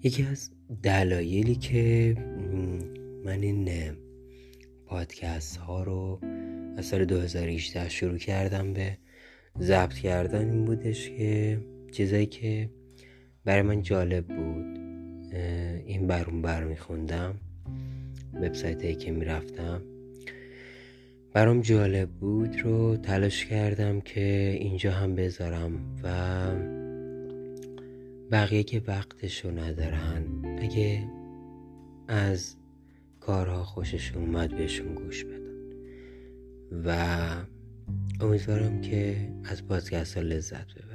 یکی از دلایلی که من این پادکست ها رو از سال 2018 شروع کردم به ضبط کردن این بودش که چیزایی که برای من جالب بود این بر میخوندم، وبسایت هایی که میرفتم برام جالب بود رو تلاش کردم که اینجا هم بذارم و بقیه که وقتشو ندارن اگه از کارها خوششون اومد بهشون گوش بدن و امیدوارم که از پادکست ها لذت ببرن.